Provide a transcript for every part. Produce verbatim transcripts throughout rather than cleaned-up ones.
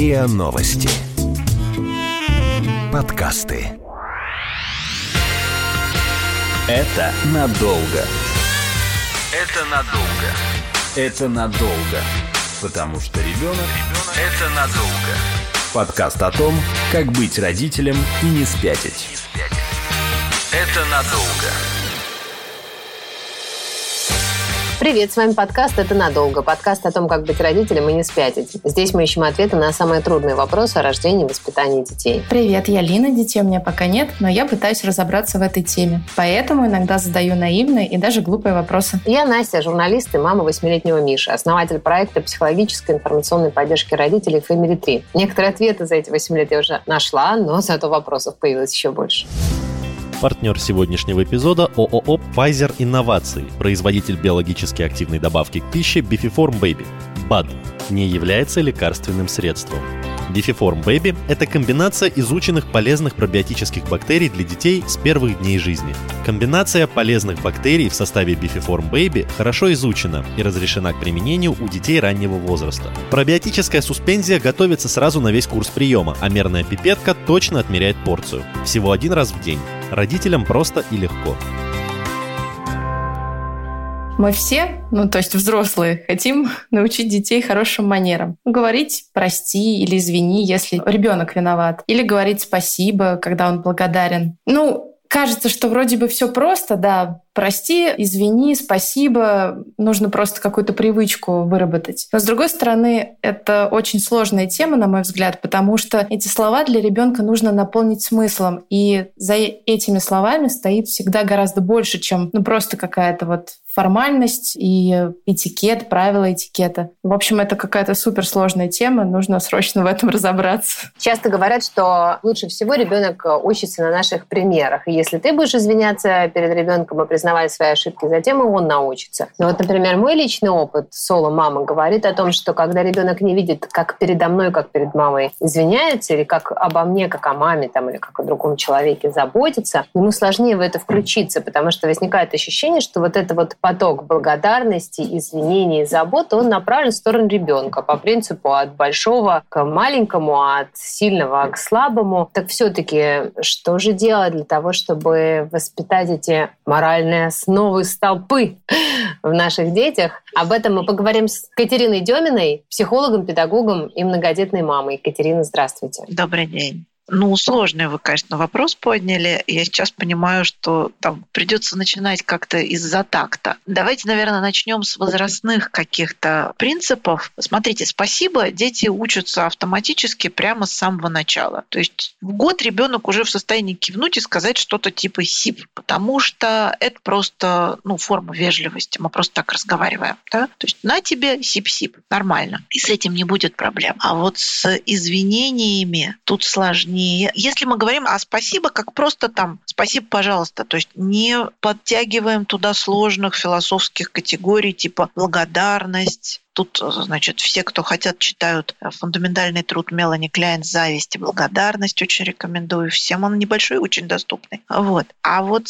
РИА Новости. Подкасты. Это надолго. Это надолго. Это надолго. Потому что ребенок – это надолго. Подкаст о том, как быть родителем и не спятить. Это надолго. Привет, с вами подкаст «Это надолго». Подкаст о том, как быть родителем и не спятить. Здесь мы ищем ответы на самые трудные вопросы о рождении и воспитании детей. Привет, я Лина, детей у меня пока нет, но я пытаюсь разобраться в этой теме. Поэтому иногда задаю наивные и даже глупые вопросы. Я Настя, журналист и мама восьмилетнего Миши, основатель проекта психологической информационной поддержки родителей Family три. Некоторые ответы за эти восемь лет я уже нашла, но зато вопросов появилось еще больше. Партнер сегодняшнего эпизода – ООО Pfizer Инновации, производитель биологически активной добавки к пище Bifiform Baby. БАД не является лекарственным средством. Bifiform Baby – это комбинация изученных полезных пробиотических бактерий для детей с первых дней жизни. Комбинация полезных бактерий в составе Bifiform Baby хорошо изучена и разрешена к применению у детей раннего возраста. Пробиотическая суспензия готовится сразу на весь курс приема, а мерная пипетка точно отмеряет порцию. Всего один раз в день. Родителям просто и легко. Мы все, ну то есть взрослые, хотим научить детей хорошим манерам. Говорить «прости» или «извини», если ребенок виноват. Или говорить «спасибо», когда он благодарен. Ну, кажется, что вроде бы все просто, да, прости, извини, спасибо, нужно просто какую-то привычку выработать. Но, с другой стороны, это очень сложная тема, на мой взгляд, потому что эти слова для ребенка нужно наполнить смыслом. И за этими словами стоит всегда гораздо больше, чем ну, просто какая-то вот формальность и этикет, правила этикета. В общем, это какая-то суперсложная тема, нужно срочно в этом разобраться. Часто говорят, что лучше всего ребенок учится на наших примерах. И если ты будешь извиняться перед ребенком и признавать свои ошибки, затем и он научится. Но вот, например, мой личный опыт соло-мама говорит о том, что когда ребенок не видит, как передо мной, как перед мамой извиняется, или как обо мне, как о маме, там, или как о другом человеке заботится, ему сложнее в это включиться, потому что возникает ощущение, что вот это вот поток благодарности, извинений, заботы, он направлен в сторону ребенка по принципу от большого к маленькому, от сильного к слабому. Так все-таки что же делать для того, чтобы воспитать эти моральные основы, столпы в наших детях? Об этом мы поговорим с Катериной Деминой, психологом, педагогом и многодетной мамой. Катерина, здравствуйте. Добрый день. Ну, сложный вы, конечно, вопрос подняли. Я сейчас понимаю, что там придется начинать как-то из-за такта. Давайте, наверное, начнем с возрастных каких-то принципов. Смотрите, спасибо, дети учатся автоматически прямо с самого начала. То есть в год ребенок уже в состоянии кивнуть и сказать что-то типа «сип», потому что это просто ну, форма вежливости. Мы просто так разговариваем. Да? То есть на тебе сип-сип. Нормально. И с этим не будет проблем. А вот с извинениями тут сложнее. Если мы говорим о спасибо, как просто там спасибо, пожалуйста, то есть не подтягиваем туда сложных философских категорий типа благодарность. Тут, значит, все, кто хотят, читают фундаментальный труд Мелани Кляйн «Зависть и благодарность». Очень рекомендую всем. Он небольшой, очень доступный. Вот. А вот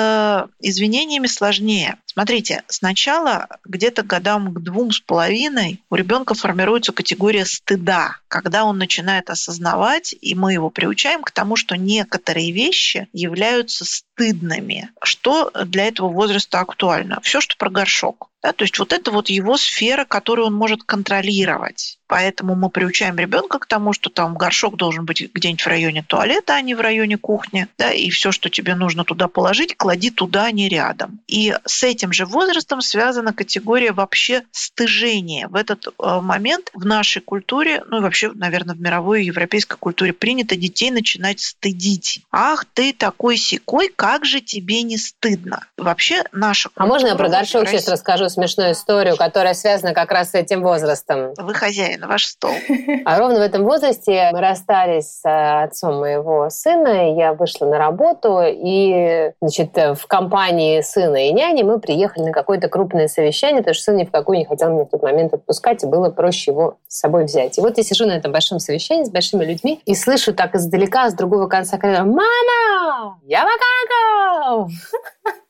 с извинениями сложнее. Смотрите, сначала где-то годам к двум с половиной у ребенка формируется категория стыда, когда он начинает осознавать, и мы его приучаем к тому, что некоторые вещи являются стыдными. Что для этого возраста актуально? Все, что про горшок. Да, то есть вот это вот его сфера, которую он может контролировать. Поэтому мы приучаем ребенка к тому, что там горшок должен быть где-нибудь в районе туалета, а не в районе кухни. Да, и все, что тебе нужно туда положить, клади туда, а не рядом. И с этим же возрастом связана категория вообще стыжения. В этот момент в нашей культуре, ну и вообще, наверное, в мировой и европейской культуре принято детей начинать стыдить. Ах, ты такой-сякой, как же тебе не стыдно? Вообще наша культура... А можно я про горшок сейчас расскажу смешную историю, которая связана как раз с этим возрастом? Вы хозяин, ваш стол. А ровно в этом возрасте мы расстались с отцом моего сына, я вышла на работу, и значит, в компании сына и няни мы приехали на какое-то крупное совещание, потому что сын ни в какую не хотел меня в тот момент отпускать, и было проще его с собой взять. И вот я сижу на этом большом совещании с большими людьми и слышу так издалека, с другого конца коридора: «Мама! Я макака!»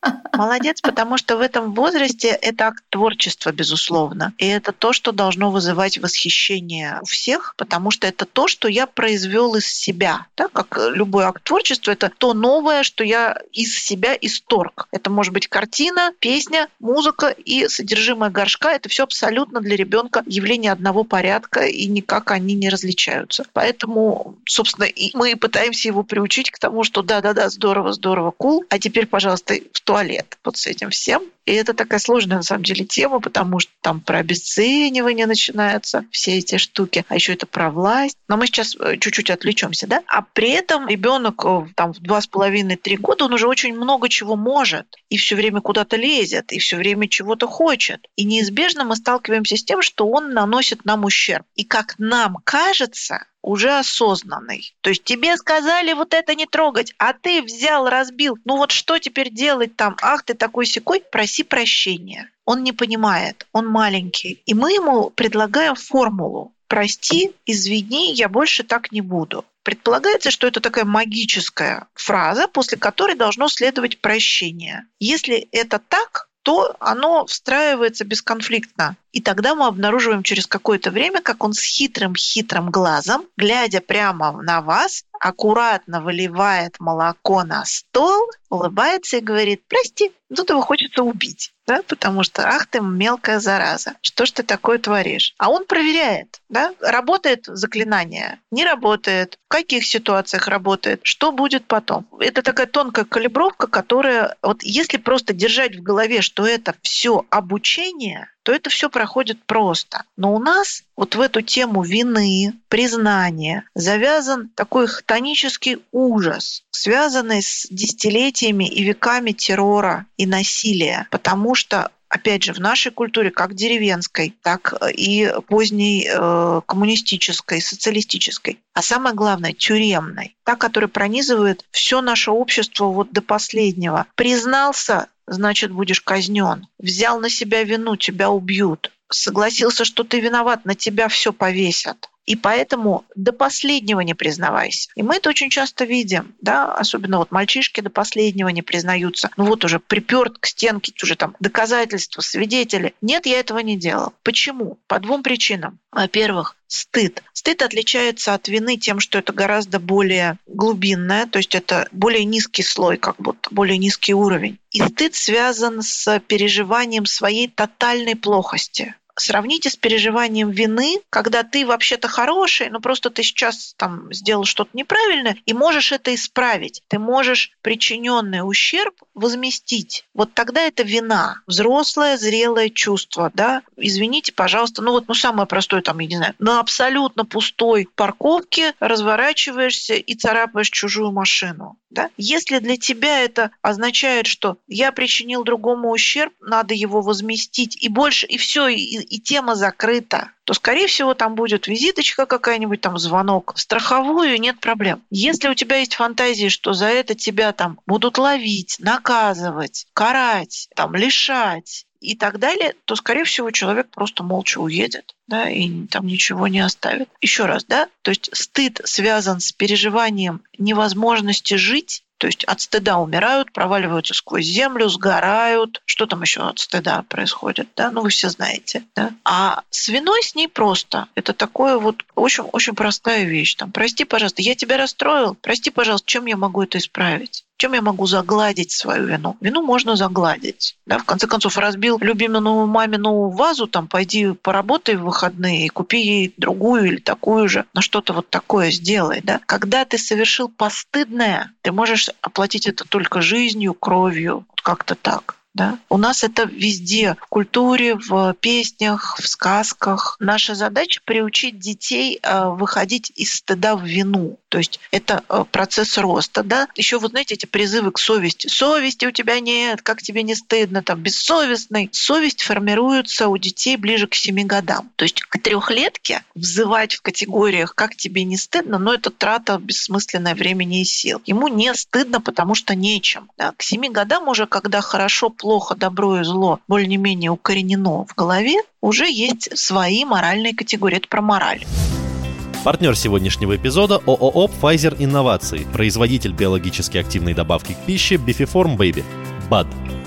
Молодец, потому что в этом возрасте это акт творчества, безусловно. И это то, что должно вызывать восхищение у всех, потому что это то, что я произвел из себя. Да? Как любой акт творчества, это то новое, что я из себя исторг. Это может быть картина, песня, музыка и содержимое горшка. Это все абсолютно для ребенка явление одного порядка, и никак они не различаются. Поэтому, собственно, и мы пытаемся его приучить к тому, что да-да-да, здорово, здорово, кул, а теперь, пожалуйста, в туалет вот с этим всем. И это такая сложная, на самом деле, тема, потому что там про обесценивание начинаются все эти штуки, а еще это про власть. Но мы сейчас чуть-чуть отвлечемся, да? А при этом ребенок там в два с половиной три года, он уже очень много чего может, и все время куда-то лезет, и все время чего-то хочет. И неизбежно мы сталкиваемся с тем, что он наносит нам ущерб. И как нам кажется, уже осознанный. То есть тебе сказали вот это не трогать, а ты взял, разбил. Ну вот что теперь делать там? Ах, ты такой-сякой, проси прощения. Он не понимает, он маленький. И мы ему предлагаем формулу. Прости, извини, я больше так не буду. Предполагается, что это такая магическая фраза, после которой должно следовать прощение. Если это так, то оно встраивается бесконфликтно. И тогда мы обнаруживаем через какое-то время, как он с хитрым-хитрым глазом, глядя прямо на вас, аккуратно выливает молоко на стол, улыбается и говорит: «Прости». Тут его хочется убить, да? Потому что «ах ты мелкая зараза, что ж ты такое творишь?» А он проверяет, да? Работает заклинание, не работает, в каких ситуациях работает, что будет потом. Это такая тонкая калибровка, которая, вот если просто держать в голове, что это все обучение, то это все проходит просто. Но у нас вот в эту тему вины, признания завязан такой хтонический ужас, связанный с десятилетиями и веками террора и насилия. Потому что, опять же, в нашей культуре, как деревенской, так и поздней э, коммунистической, социалистической, а самое главное, тюремной, та, которая пронизывает все наше общество вот до последнего. Признался, значит, будешь казнен. Взял на себя вину, тебя убьют. Согласился, что ты виноват, на тебя все повесят. И поэтому до последнего не признавайся. И мы это очень часто видим, да, особенно вот мальчишки до последнего не признаются. Ну вот уже припёрт к стенке, уже там доказательства, свидетели. Нет, я этого не делал. Почему? По двум причинам. Во-первых, стыд. Стыд отличается от вины тем, что это гораздо более глубинное, то есть это более низкий слой, как будто более низкий уровень. И стыд связан с переживанием своей тотальной плохости. Сравните с переживанием вины, когда ты вообще-то хороший, но просто ты сейчас там сделал что-то неправильное и можешь это исправить. Ты можешь причиненный ущерб возместить. Вот тогда это вина, взрослое, зрелое чувство, да. Извините, пожалуйста, ну вот, ну самое простое там, я не знаю, на абсолютно пустой парковке разворачиваешься и царапаешь чужую машину. Да? Если для тебя это означает, что я причинил другому ущерб, надо его возместить, и больше, и все, и, и тема закрыта, то, скорее всего, там будет визиточка какая-нибудь, там звонок в страховую, нет проблем. Если у тебя есть фантазии, что за это тебя там будут ловить, наказывать, карать, там, лишать и так далее, то, скорее всего, человек просто молча уедет, да, и там ничего не оставит. Еще раз, да, то есть стыд связан с переживанием невозможности жить, то есть от стыда умирают, проваливаются сквозь землю, сгорают. Что там еще от стыда происходит? Да? Ну, вы все знаете. Да? А с виной с ней просто. Это такое вот очень, очень простая вещь. Там, прости, пожалуйста, я тебя расстроил. Прости, пожалуйста, чем я могу это исправить? Чем я могу загладить свою вину? Вину можно загладить. Да? В конце концов, разбил любимую мамину вазу, там, пойди поработай в выходные и купи ей другую или такую же, но что-то вот такое сделай. Да? Когда ты совершил постыдное, ты можешь оплатить это только жизнью, кровью, как-то так. Да? У нас это везде, в культуре, в песнях, в сказках. Наша задача — приучить детей выходить из стыда в вину. То есть это процесс роста. Да? Еще, вы знаете, эти призывы к совести. Совести у тебя нет, как тебе не стыдно, там, бессовестный. Совесть формируется у детей ближе к семи годам. То есть к трехлетке взывать в категориях «как тебе не стыдно», но это трата бессмысленное времени и сил. Ему не стыдно, потому что нечем. Да? К семи годам уже, когда хорошо, плохо, добро и зло более-менее укоренено в голове, уже есть свои моральные категории. Это про мораль. Партнер сегодняшнего эпизода – ООО «Pfizer Инновации», производитель биологически активной добавки к пище Bifiform Baby. бад.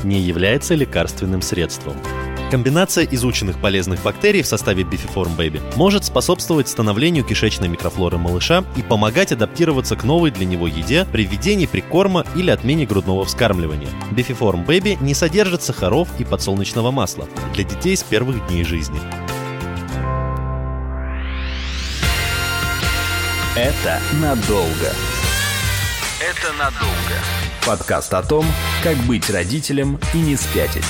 не является лекарственным средством. Комбинация изученных полезных бактерий в составе Bifiform Baby может способствовать становлению кишечной микрофлоры малыша и помогать адаптироваться к новой для него еде при введении прикорма или отмене грудного вскармливания. Bifiform Baby не содержит сахаров и подсолнечного масла для детей с первых дней жизни. Это надолго. Это надолго. Подкаст о том, как быть родителем и не спятить.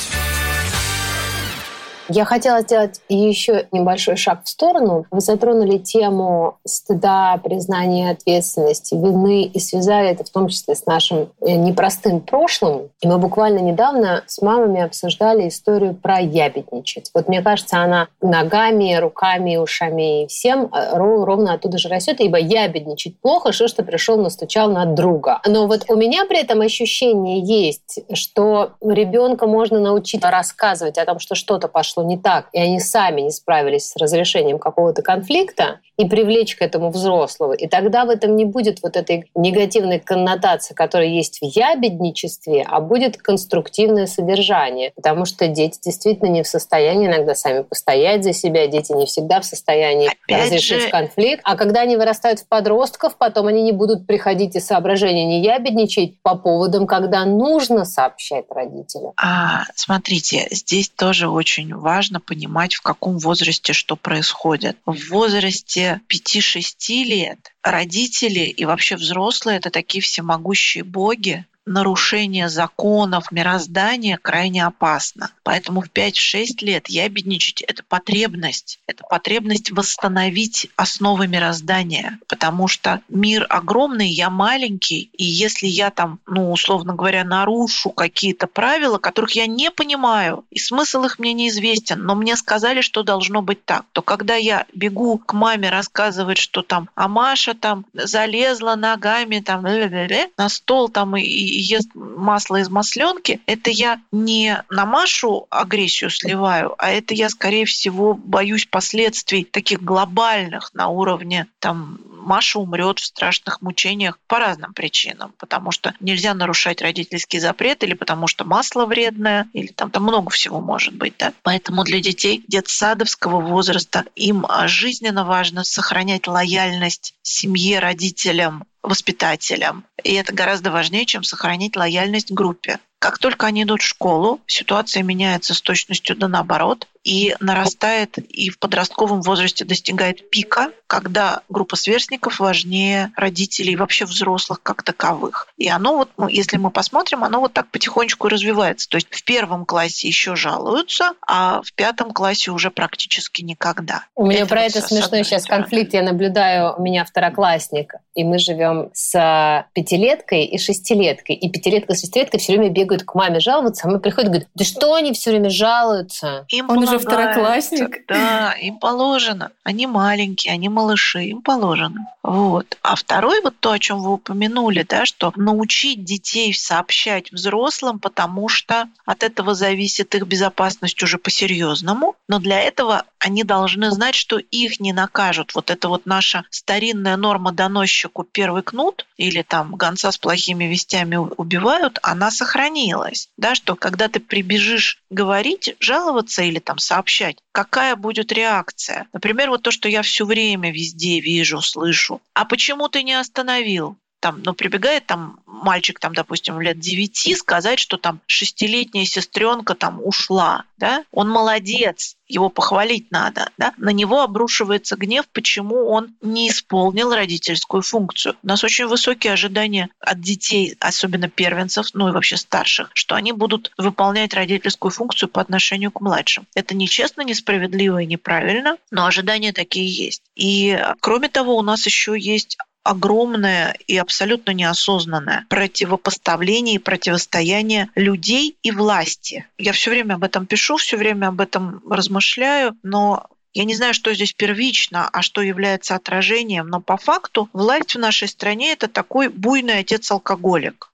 Я хотела сделать еще небольшой шаг в сторону. Вы затронули тему стыда, признания ответственности, вины и связали это в том числе с нашим непростым прошлым. И мы буквально недавно с мамами обсуждали историю про ябедничать. Вот мне кажется, она ногами, руками, ушами и всем ровно оттуда же растет, ибо ябедничать плохо, что ж ты пришел, настучал на друга. Но вот у меня при этом ощущение есть, что ребенка можно научить рассказывать о том, что что-то пошло не так, и они сами не справились с разрешением какого-то конфликта, и привлечь к этому взрослого. И тогда в этом не будет вот этой негативной коннотации, которая есть в ябедничестве, а будет конструктивное содержание. Потому что дети действительно не в состоянии иногда сами постоять за себя, дети не всегда в состоянии Опять разрешить же... конфликт. А когда они вырастают в подростков, потом они не будут приходить из соображения не ябедничать по поводам, когда нужно сообщать родителям. А, смотрите, здесь тоже очень важно понимать, в каком возрасте что происходит. В возрасте пяти-шести лет родители и вообще взрослые — это такие всемогущие боги. Нарушение законов, мироздания крайне опасно. Поэтому в пять-шесть лет ябедничать — это потребность. Это потребность восстановить основы мироздания. Потому что мир огромный, я маленький, и если я там, ну, условно говоря, нарушу какие-то правила, которых я не понимаю, и смысл их мне неизвестен, но мне сказали, что должно быть так, то когда я бегу к маме рассказывать, что там, а Маша там залезла ногами там на стол там и и ест масло из масленки, это я не на Машу агрессию сливаю, а это я, скорее всего, боюсь последствий таких глобальных на уровне там Маша умрет в страшных мучениях по разным причинам, потому что нельзя нарушать родительский запрет, или потому что масло вредное, или там, там много всего может быть. Да? Поэтому для детей детсадовского возраста им жизненно важно сохранять лояльность семье, родителям, воспитателям. И это гораздо важнее, чем сохранить лояльность группе. Как только они идут в школу, ситуация меняется с точностью да наоборот, и нарастает, и в подростковом возрасте достигает пика, когда группа сверстников важнее родителей и вообще взрослых как таковых. И оно вот, ну, если мы посмотрим, оно вот так потихонечку развивается. То есть в первом классе еще жалуются, а в пятом классе уже практически никогда. У меня это про вот это смешной сейчас стороны. Конфликт. Я наблюдаю, у меня второклассник, и мы живем с пятилеткой и шестилеткой. И пятилетка с шестилеткой все время бегают к маме жаловаться, а мы приходим и говорим: да что они все время жалуются? Им Он уже второклассник. Да, им положено. Они маленькие, они малыши, им положено. Вот. А второй, вот то, о чем вы упомянули, да, что научить детей сообщать взрослым, потому что от этого зависит их безопасность уже по-серьезному. Но для этого они должны знать, что их не накажут. Вот это вот наша старинная норма доносчику первый кнут или там гонца с плохими вестями убивают, она сохранилась. Да, что когда ты прибежишь говорить, жаловаться или там сообщать, какая будет реакция. Например, вот то, что я все время везде вижу, слышу. А почему ты не остановил? Там, ну, прибегает там мальчик, там, допустим, лет девяти, сказать, что там шестилетняя сестренка там ушла, да? Он молодец, его похвалить надо, да? На него обрушивается гнев, почему он не исполнил родительскую функцию. У нас очень высокие ожидания от детей, особенно первенцев, ну и вообще старших, что они будут выполнять родительскую функцию по отношению к младшим. Это нечестно, несправедливо и неправильно, но ожидания такие есть. И кроме того, у нас еще есть огромное и абсолютно неосознанное противопоставление и противостояние людей и власти. Я все время об этом пишу, все время об этом размышляю, но я не знаю, что здесь первично, а что является отражением, но по факту власть в нашей стране — это такой буйный отец-алкоголик.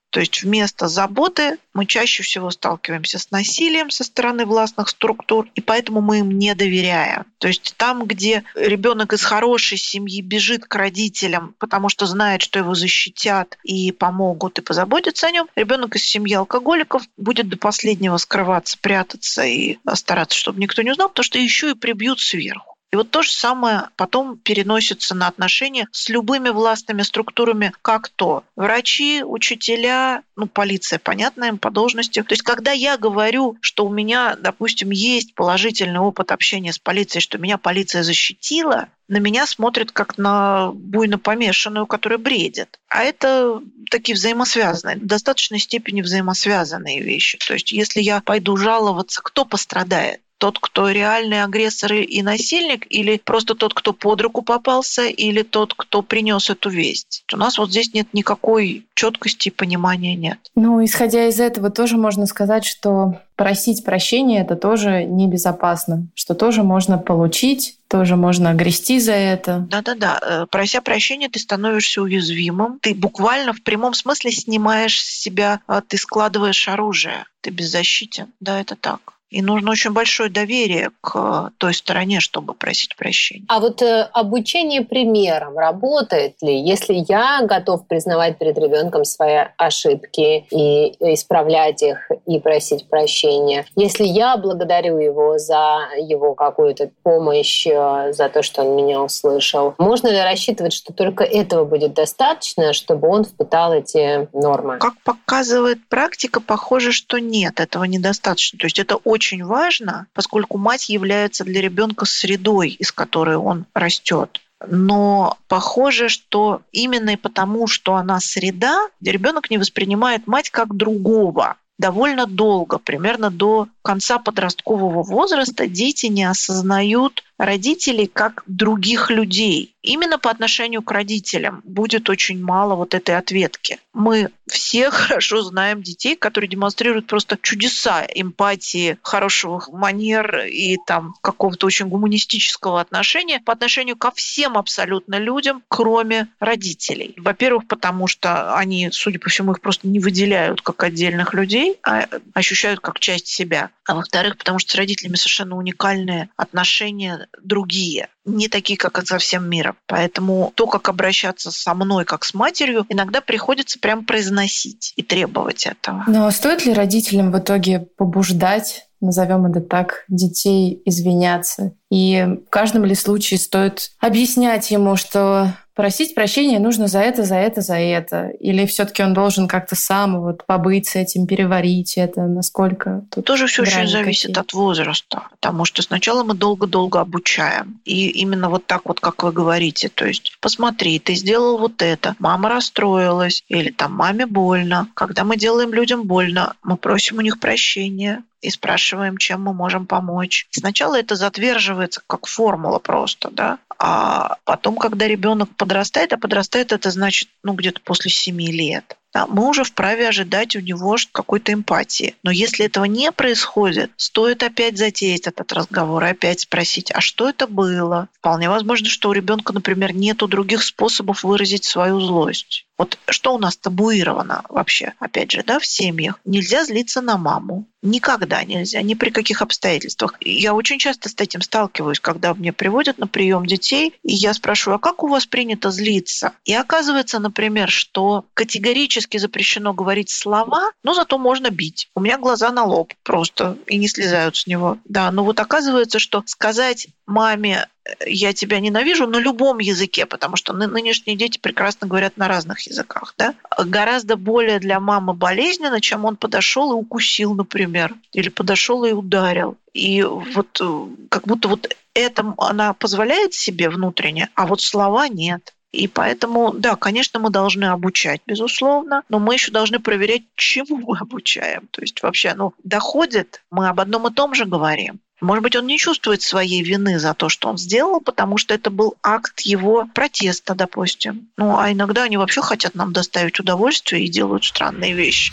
То есть вместо заботы мы чаще всего сталкиваемся с насилием со стороны властных структур, и поэтому мы им не доверяем. То есть там, где ребенок из хорошей семьи бежит к родителям, потому что знает, что его защитят и помогут, и позаботятся о нем, ребенок из семьи алкоголиков будет до последнего скрываться, прятаться и стараться, чтобы никто не узнал, потому что еще и прибьют сверху. И вот то же самое потом переносится на отношения с любыми властными структурами, как то врачи, учителя, ну, полиция, понятно, им по должности. То есть когда я говорю, что у меня, допустим, есть положительный опыт общения с полицией, что меня полиция защитила, на меня смотрят как на буйно помешанную, которая бредит. А это такие взаимосвязанные, в достаточной степени взаимосвязанные вещи. То есть если я пойду жаловаться, кто пострадает? Тот, кто реальный агрессор и насильник, или просто тот, кто под руку попался, или тот, кто принес эту весть. У нас вот здесь нет никакой четкости и понимания нет. Ну, исходя из этого, тоже можно сказать, что просить прощения — это тоже небезопасно, что тоже можно получить, тоже можно грести за это. Да-да-да. Прося прощения, ты становишься уязвимым. Ты буквально в прямом смысле снимаешь с себя, ты складываешь оружие. Ты беззащитен. Да, это так. И нужно очень большое доверие к той стороне, чтобы просить прощения. А вот э, обучение примером работает ли? Если я готов признавать перед ребенком свои ошибки и исправлять их, и просить прощения, если я благодарю его за его какую-то помощь, за то, что он меня услышал, можно ли рассчитывать, что только этого будет достаточно, чтобы он впитал эти нормы? Как показывает практика, похоже, что нет, этого недостаточно. То есть это очень очень важно, поскольку мать является для ребенка средой, из которой он растет. Но похоже, что именно и потому, что она среда, ребенок не воспринимает мать как другого. Довольно долго, примерно до конца подросткового возраста, дети не осознают родителей как других людей. Именно по отношению к родителям будет очень мало вот этой ответки. Мы все хорошо знаем детей, которые демонстрируют просто чудеса эмпатии, хороших манер и там какого-то очень гуманистического отношения по отношению ко всем абсолютно людям, кроме родителей. Во-первых, потому что они, судя по всему, их просто не выделяют как отдельных людей, а ощущают как часть себя. А во-вторых, потому что с родителями совершенно уникальные отношения, другие, не такие, как со всем миром. Поэтому то, как обращаться со мной, как с матерью, иногда приходится прям произносить и требовать этого. Но стоит ли родителям в итоге побуждать, назовем это так, детей извиняться? И в каждом ли случае стоит объяснять ему, что просить прощения нужно за это, за это, за это? Или все-таки он должен как-то сам вот побыть с этим, переварить это? Насколько тут тоже все очень какие? зависит от возраста, потому что сначала мы долго-долго обучаем. И именно вот так вот, как вы говорите, то есть посмотри, ты сделал вот это, мама расстроилась, или там маме больно. Когда мы делаем людям больно, мы просим у них прощения и спрашиваем, чем мы можем помочь. Сначала это затверживается как формула просто, да, а потом, когда ребенок подрастает, а подрастает это значит, ну, где-то после семи лет, да, мы уже вправе ожидать у него какой-то эмпатии. Но если этого не происходит, стоит опять затеять этот разговор и опять спросить, а что это было? Вполне возможно, что у ребенка, например, нету других способов выразить свою злость. Вот что у нас табуировано вообще, опять же, да, в семьях? Нельзя злиться на маму. Никогда нельзя, ни при каких обстоятельствах. Я очень часто с этим сталкиваюсь, когда мне приводят на прием детей, и я спрашиваю, а как у вас принято злиться? И оказывается, например, что категорически запрещено говорить слова, но зато можно бить. У меня глаза на лоб просто, и не слезают с него. Да, но вот оказывается, что сказать маме «я тебя ненавижу» на любом языке, потому что нынешние дети прекрасно говорят на разных языках, да, гораздо более для мамы болезненно, чем он подошел и укусил, например, или подошел и ударил. И вот как будто вот это она позволяет себе внутренне, а вот слова нет. И поэтому, да, конечно, мы должны обучать, безусловно, но мы еще должны проверять, чему мы обучаем. То есть вообще, ну, доходит, мы об одном и том же говорим. Может быть, он не чувствует своей вины за то, что он сделал, потому что это был акт его протеста, допустим. Ну, а иногда они вообще хотят нам доставить удовольствие и делают странные вещи.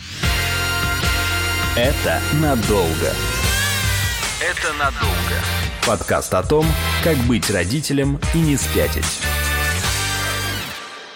Это надолго. Это надолго. Подкаст о том, как быть родителем и не спятить.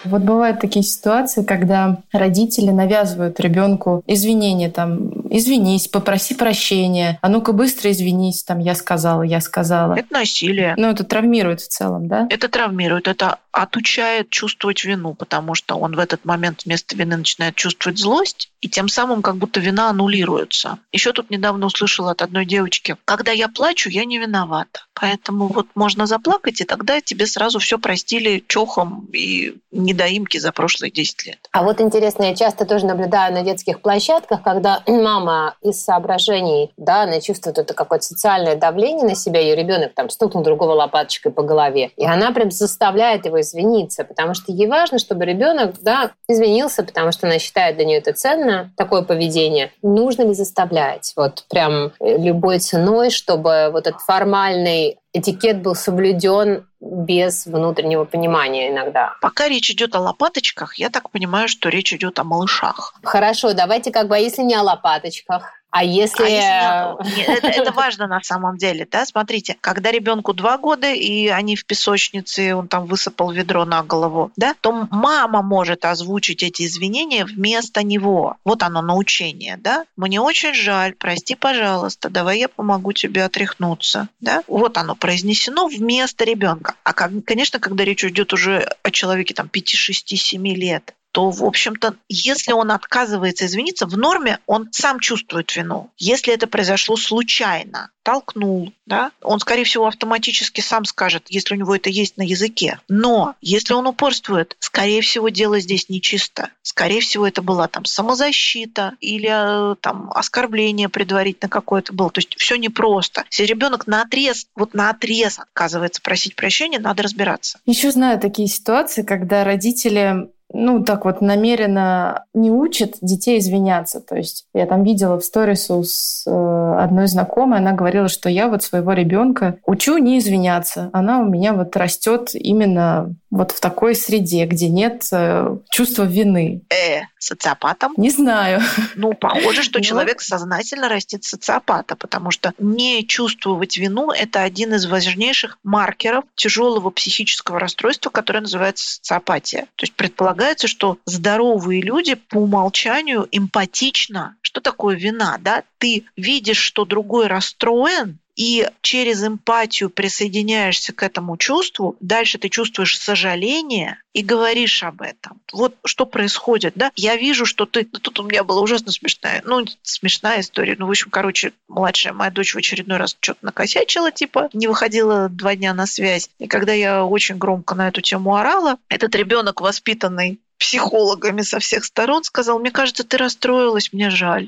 Вот бывают такие ситуации, когда родители навязывают ребенку извинения, там, извинись, попроси прощения, а ну-ка быстро извинись, там, я сказала, я сказала. Это насилие. Ну, это травмирует в целом, да? Это травмирует, это отучает чувствовать вину, потому что он в этот момент вместо вины начинает чувствовать злость, и тем самым как будто вина аннулируется. Еще тут недавно услышала от одной девочки: когда я плачу, я не виновата. Поэтому вот можно заплакать, и тогда тебе сразу все простили чохом и недоимки за прошлые десять лет. А вот интересно, я часто тоже наблюдаю на детских площадках, когда мама из соображений, да, она чувствует это какое-то социальное давление на себя, ее ребенок там стукнул другого лопаточкой по голове, и она прям заставляет его извиниться, потому что ей важно, чтобы ребенок, да, извинился, потому что она считает, для нее это ценно, такое поведение. Нужно ли заставлять? Вот прям любой ценой, чтобы вот этот формальный этикет был соблюден без внутреннего понимания иногда. Пока речь идет о лопаточках, я так понимаю, что речь идет о малышах. Хорошо, давайте как бы, а если не о лопаточках? А если... А если это, это важно на самом деле, да? Смотрите, когда ребенку два года, и они в песочнице, и он там высыпал ведро на голову, да, то мама может озвучить эти извинения вместо него. Вот оно, научение, да? Мне очень жаль, прости, пожалуйста, давай я помогу тебе отряхнуться, да? Вот оно произнесено вместо ребенка. А, конечно, когда речь идет уже о человеке там пяти, шести, семи лет, то, в общем-то, если он отказывается извиниться, в норме он сам чувствует вину. Если это произошло случайно, толкнул, да, он, скорее всего, автоматически сам скажет, если у него это есть на языке. Но если он упорствует, скорее всего, дело здесь нечисто. Скорее всего, это была там самозащита или там оскорбление предварительно какое-то было. То есть все непросто. Если ребенок наотрез, вот наотрез отказывается просить прощения, надо разбираться. Еще знаю такие ситуации, когда родители ну, так вот намеренно не учат детей извиняться. То есть я там видела в сторису с э, одной знакомой, она говорила, что я вот своего ребенка учу не извиняться. Она у меня вот растет именно вот в такой среде, где нет э, чувства вины. Э, социопатом? Не знаю. Ну, похоже, что Но... человек сознательно растет социопата, потому что не чувствовать вину – это один из важнейших маркеров тяжелого психического расстройства, которое называется социопатия. То есть предполагается, что здоровые люди по умолчанию эмпатично. Что такое вина? Да? Ты видишь, что другой расстроен, и через эмпатию присоединяешься к этому чувству, дальше ты чувствуешь сожаление и говоришь об этом. Вот что происходит, да? Я вижу, что ты... Тут у меня была ужасно смешная, ну, смешная история. Ну, в общем, короче, младшая моя дочь в очередной раз что-то накосячила, типа, не выходила два дня на связь. И когда я очень громко на эту тему орала, этот ребенок, воспитанный психологами со всех сторон, сказал: мне кажется, ты расстроилась, мне жаль.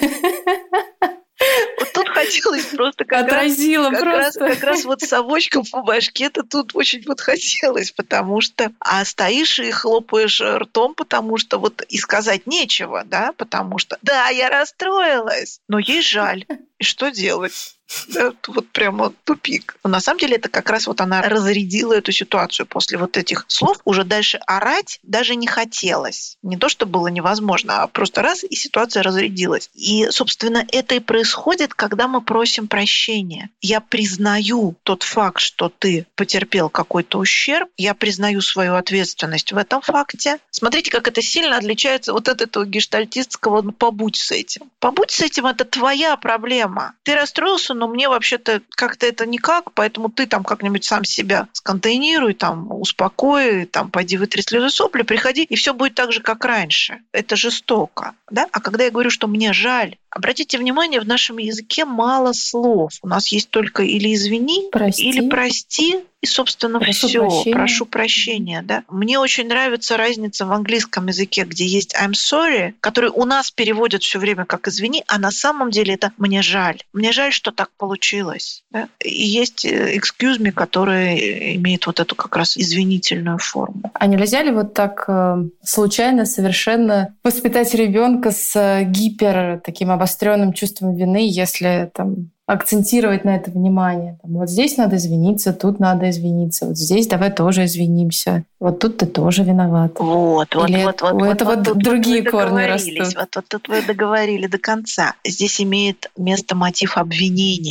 Вот тут хотелось просто как Отразила раз, просто. Как раз, как раз вот совочком по башке-то тут очень вот хотелось, потому что... А стоишь и хлопаешь ртом, потому что вот и сказать нечего, да, потому что да, я расстроилась, но ей жаль. И что делать? Да, вот прямо тупик. Но на самом деле это как раз вот она разрядила эту ситуацию. После вот этих слов уже дальше орать даже не хотелось. Не то, что было невозможно, а просто раз, и ситуация разрядилась. И, собственно, это и происходит, когда мы просим прощения. Я признаю тот факт, что ты потерпел какой-то ущерб, я признаю свою ответственность в этом факте. Смотрите, как это сильно отличается вот от этого гештальтистского «ну, побудь с этим». Побудь с этим – это твоя проблема. Ты расстроился, но мне вообще-то как-то это никак, поэтому ты там как-нибудь сам себя сконтейнируй, там, успокой, там, пойди вытри слезы сопли, приходи, и все будет так же, как раньше. Это жестоко, да? А когда я говорю, что мне жаль, обратите внимание, в нашем языке мало слов. У нас есть только или извини, прости. или прости, и, собственно, прошу все. Прощения. Прошу прощения. Да? Мне очень нравится разница в английском языке, где есть I'm sorry, который у нас переводят все время как извини, а на самом деле это мне жаль. Мне жаль, что так получилось. Да? И есть excuse me, который имеет вот эту как раз извинительную форму. А нельзя ли вот так э, случайно совершенно воспитать ребенка с гипер таким обостренным чувством вины, если там акцентировать на это внимание? Там, вот здесь надо извиниться, тут надо извиниться, вот здесь давай тоже извинимся, вот тут ты тоже виноват. Вот, вот, Или вот, вот, у вот, этого вот, другие вот корни растут. Вот, вот тут вы договорили до конца. Здесь имеет место мотив обвинения.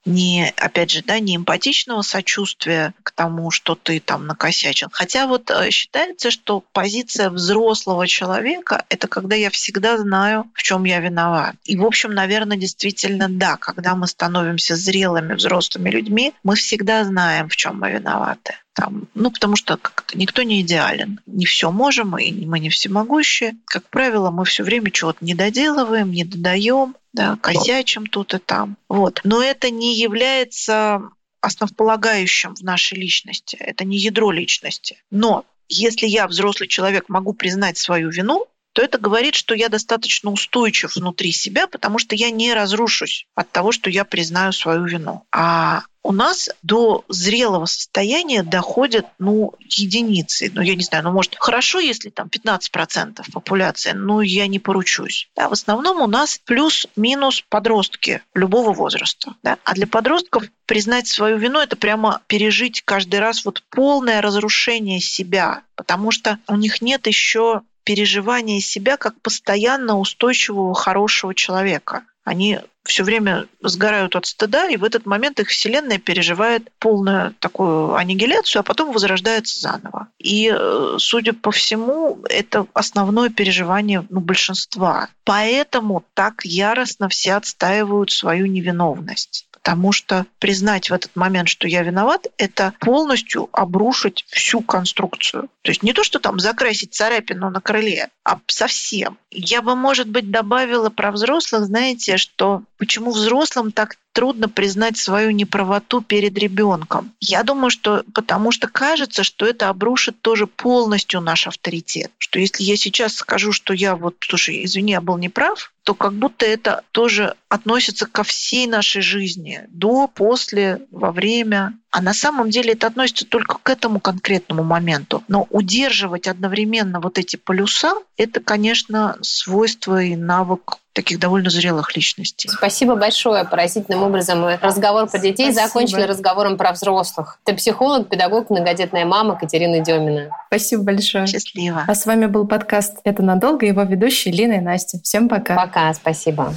ни, опять же, да, ни эмпатичного сочувствия к тому, что ты там накосячил. Хотя вот считается, что позиция взрослого человека — это когда я всегда знаю, в чем я виноват. И, в общем, наверное, действительно, да, когда мы становимся зрелыми взрослыми людьми, мы всегда знаем, в чем мы виноваты. Там, ну, потому что как-то никто не идеален. Не все можем, и мы не всемогущие. Как правило, мы все время чего-то не доделываем, не додаем, да, косячим тут и там. Вот. Но это не является основополагающим в нашей личности. Это не ядро личности. Но если я, взрослый человек, могу признать свою вину, то это говорит, что я достаточно устойчив внутри себя, потому что я не разрушусь от того, что я признаю свою вину. А у нас до зрелого состояния доходят, ну, единицы. Ну, я не знаю, ну, может, хорошо, если там пятнадцать процентов популяции, но я не поручусь. Да, в основном у нас плюс-минус подростки любого возраста. Да? А для подростков признать свою вину — это прямо пережить каждый раз вот полное разрушение себя, потому что у них нет еще переживания себя как постоянно устойчивого, хорошего человека. Они все время сгорают от стыда, и в этот момент их вселенная переживает полную такую аннигиляцию, а потом возрождается заново. И, судя по всему, это основное переживание, ну, большинства. Поэтому так яростно все отстаивают свою невиновность. Потому что признать в этот момент, что я виноват, это полностью обрушить всю конструкцию. То есть не то, что там закрасить царапину на крыле, а совсем. Я бы, может быть, добавила про взрослых, знаете, что почему взрослым так трудно признать свою неправоту перед ребенком. Я думаю, что потому что кажется, что это обрушит тоже полностью наш авторитет. Что если я сейчас скажу, что я вот, слушай, извини, я был неправ, то как будто это тоже относится ко всей нашей жизни. До, после, во время. А на самом деле это относится только к этому конкретному моменту. Но удерживать одновременно вот эти полюса — это, конечно, свойство и навык таких довольно зрелых личностей. Спасибо большое. Поразительным образом мы разговор про детей Спасибо. закончили разговором про взрослых. Ты психолог, педагог, многодетная мама Катерина Демина. Спасибо большое. Счастливо. А с вами был подкаст «Это надолго», его ведущие Лина и Настя. Всем пока. Пока, спасибо.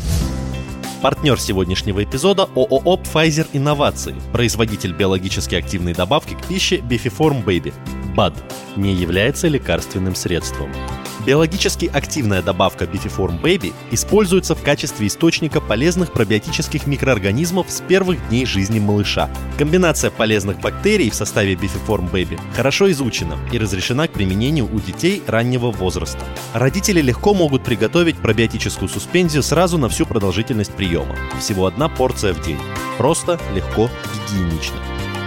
Партнер сегодняшнего эпизода — ООО Pfizer Инновации, производитель биологически активной добавки к пище Bifiform Baby. БАД не является лекарственным средством. Биологически активная добавка Bifiform Baby используется в качестве источника полезных пробиотических микроорганизмов с первых дней жизни малыша. Комбинация полезных бактерий в составе Bifiform Baby хорошо изучена и разрешена к применению у детей раннего возраста. Родители легко могут приготовить пробиотическую суспензию сразу на всю продолжительность приема. Всего одна порция в день. Просто, легко, гигиенично.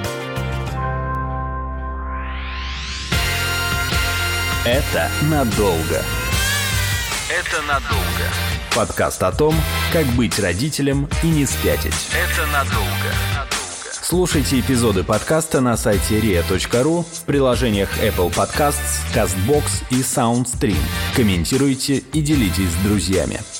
Это надолго. Это надолго. Подкаст о том, как быть родителем и не спятить. Это надолго. Слушайте эпизоды подкаста на сайте риа точка ру, в приложениях Apple Podcasts, CastBox и SoundStream. Комментируйте и делитесь с друзьями.